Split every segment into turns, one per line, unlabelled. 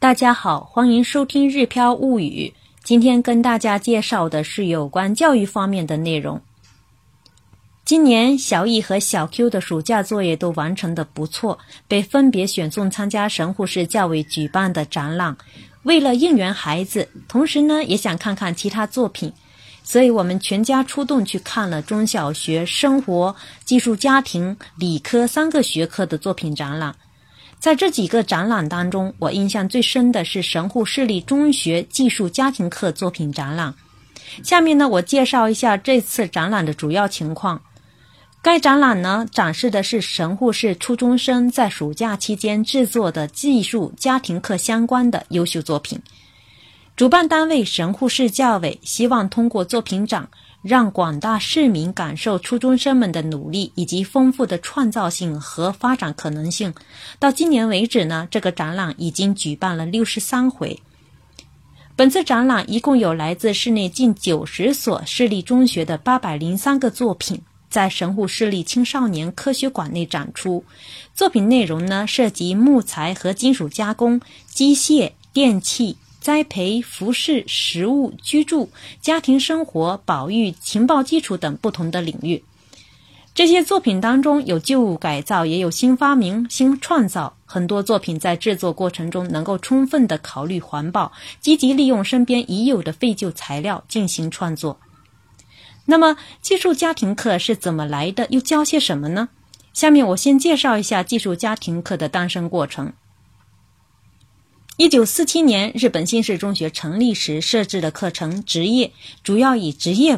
大家好，欢迎收听日飘物语。今天跟大家介绍的是有关教育方面的内容。今年小易和小 Q 的暑假作业都完成得不错，被分别选送参加神户市教委举办的展览。为了应援孩子，同时呢也想看看其他作品，所以我们全家出动去看了中小学生活、技术、家庭、理科3个学科的作品展览。在这几个展览当中，我印象最深的是神户市立中学技术家庭课作品展览。下面呢，我介绍一下这次展览的主要情况。该展览呢，展示的是神户市初中生在暑假期间制作的技术家庭课相关的优秀作品。主办单位神户市教委希望通过作品展，让广大市民感受初中生们的努力以及丰富的创造性和发展可能性。到今年为止呢，这个展览已经举办了63回。本次展览一共有来自市内近90所市立中学的803个作品，在神户市立青少年科学馆内展出。作品内容呢，涉及木材和金属加工、机械、电器、栽培、服饰、食物、居住、家庭生活、保育、情报基础等不同的领域。这些作品当中有旧物改造，也有新发明、新创造。很多作品在制作过程中能够充分地考虑环保，积极利用身边已有的废旧材料进行创作。那么技术家庭课是怎么来的，又教些什么呢？下面我先介绍一下技术家庭课的诞生过程。1947年日本新市中学成立时设置的课程职业，主要以职业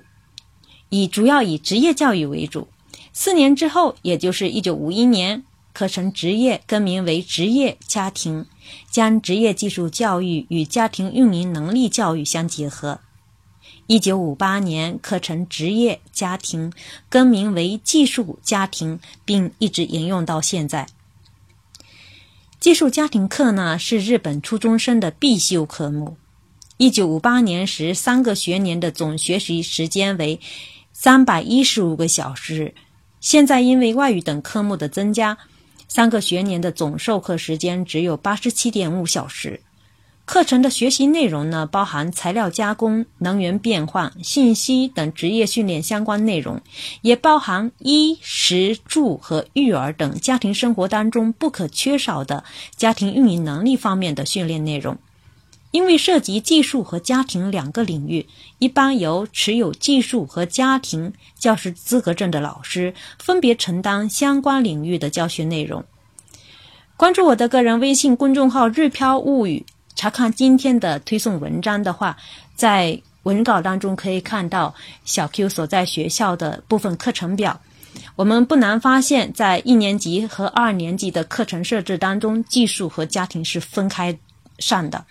教育为主。4年之后，也就是1951年，课程职业更名为职业家庭，将职业技术教育与家庭运营能力教育相结合。1958年，课程职业家庭更名为技术家庭，并一直沿用到现在。技术家庭课呢，是日本初中生的必修科目。1958年时，3个学年的总学习时间为315个小时。现在因为外语等科目的增加，3个学年的总授课时间只有 87.5 小时。课程的学习内容呢，包含材料加工、能源变换、信息等职业训练相关内容，也包含衣食住和育儿等家庭生活当中不可缺少的家庭运营能力方面的训练内容。因为涉及技术和家庭2个领域，一般由持有技术和家庭教师资格证的老师分别承担相关领域的教学内容。关注我的个人微信公众号日飘物语，查看今天的推送文章的话，在文稿当中可以看到小 Q 所在学校的部分课程表。我们不难发现，在1年级和2年级的课程设置当中，技术和家庭是分开上的。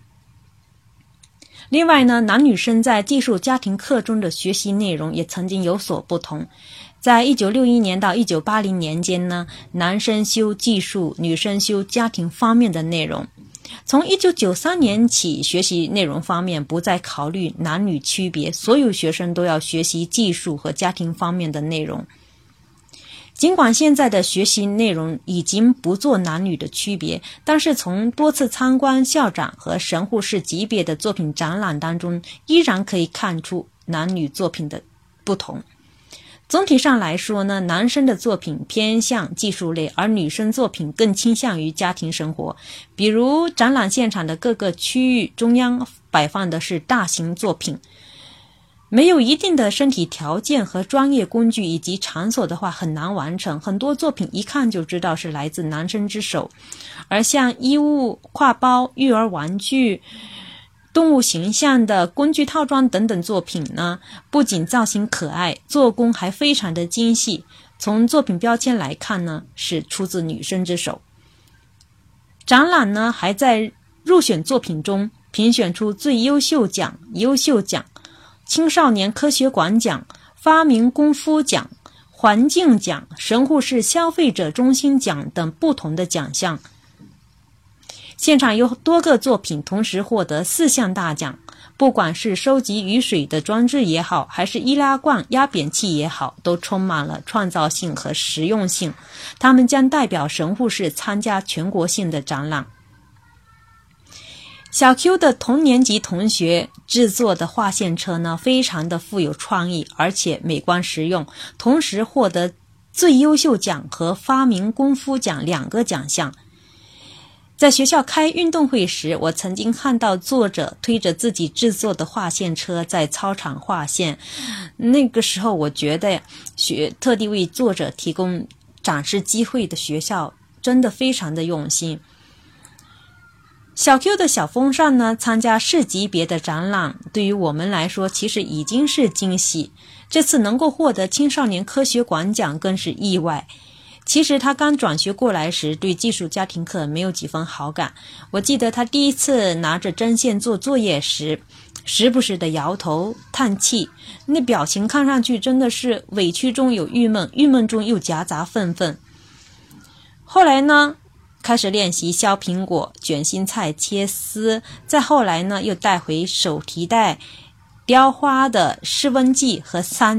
另外呢，男女生在技术家庭课中的学习内容也曾经有所不同。在1961年到1980年间呢，男生修技术，女生修家庭方面的内容。从1993年起，学习内容方面不再考虑男女区别，所有学生都要学习技术和家庭方面的内容。尽管现在的学习内容已经不做男女的区别，但是从多次参观校展和神户市级别的作品展览当中，依然可以看出男女作品的不同。总体上来说呢，男生的作品偏向技术类，而女生作品更倾向于家庭生活。比如展览现场的各个区域中央摆放的是大型作品，没有一定的身体条件和专业工具以及场所的话，很难完成。很多作品一看就知道是来自男生之手。而像衣物、挎包、育儿玩具、动物形象的工具套装等等作品呢，不仅造型可爱，做工还非常的精细。从作品标签来看呢，是出自女生之手。展览呢，还在入选作品中评选出最优秀奖、青少年科学馆奖、发明功夫奖、环境奖、神户市消费者中心奖等不同的奖项。现场有多个作品同时获得4项大奖，不管是收集雨水的装置也好，还是易拉罐、压扁器也好，都充满了创造性和实用性。他们将代表神户市参加全国性的展览。 小 Q 的同年级同学制作的画线车呢，非常的富有创意，而且美观实用，同时获得最优秀奖和发明功夫奖2个奖项。在学校开运动会时，我曾经看到作者推着自己制作的画线车在操场画线，那个时候我觉得特地为作者提供展示机会的学校真的非常的用心。小 Q 的小风扇呢，参加市级别的展览，对于我们来说其实已经是惊喜。这次能够获得青少年科学馆奖更是意外。其实他刚转学过来时，对技术家庭课没有几分好感。我记得他第一次拿着针线做作业时，时不时的摇头叹气，那表情看上去真的是委屈中有郁闷，郁闷中又夹杂愤愤。后来呢，开始练习削苹果、卷心菜、切丝，再后来呢，又带回手提袋、雕花的湿温计和三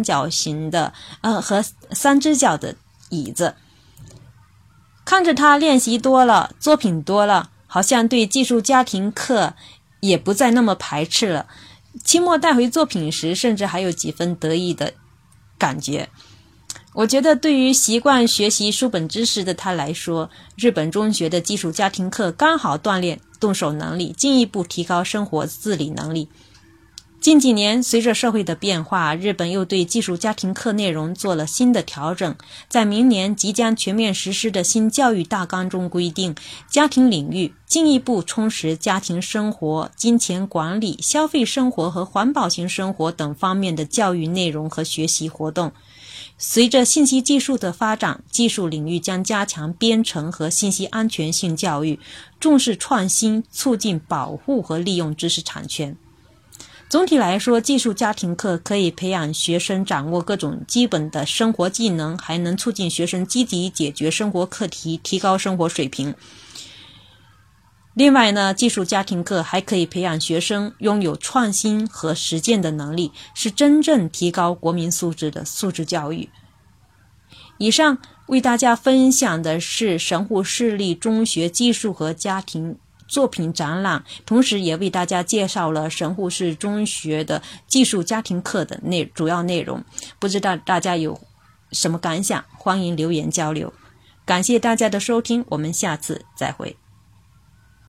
只脚的椅子。看着他练习多了，作品多了，好像对技术家庭课也不再那么排斥了。期末带回作品时，甚至还有几分得意的感觉。我觉得对于习惯学习书本知识的他来说，日本中学的技术家庭课刚好锻炼动手能力，进一步提高生活自理能力。近几年，随着社会的变化，日本又对技术家庭课内容做了新的调整。在明年即将全面实施的新教育大纲中规定，家庭领域进一步充实家庭生活、金钱管理、消费生活和环保型生活等方面的教育内容和学习活动。随着信息技术的发展，技术领域将加强编程和信息安全性教育，重视创新，促进保护和利用知识产权。总体来说，技术家庭课可以培养学生掌握各种基本的生活技能，还能促进学生积极解决生活课题，提高生活水平。另外呢，技术家庭课还可以培养学生拥有创新和实践的能力，是真正提高国民素质的素质教育。以上为大家分享的是神户市立中学技术和家庭作品展览，同时也为大家介绍了神户市中学的技术家庭课的主要内容。不知道大家有什么感想，欢迎留言交流。感谢大家的收听，我们下次再会。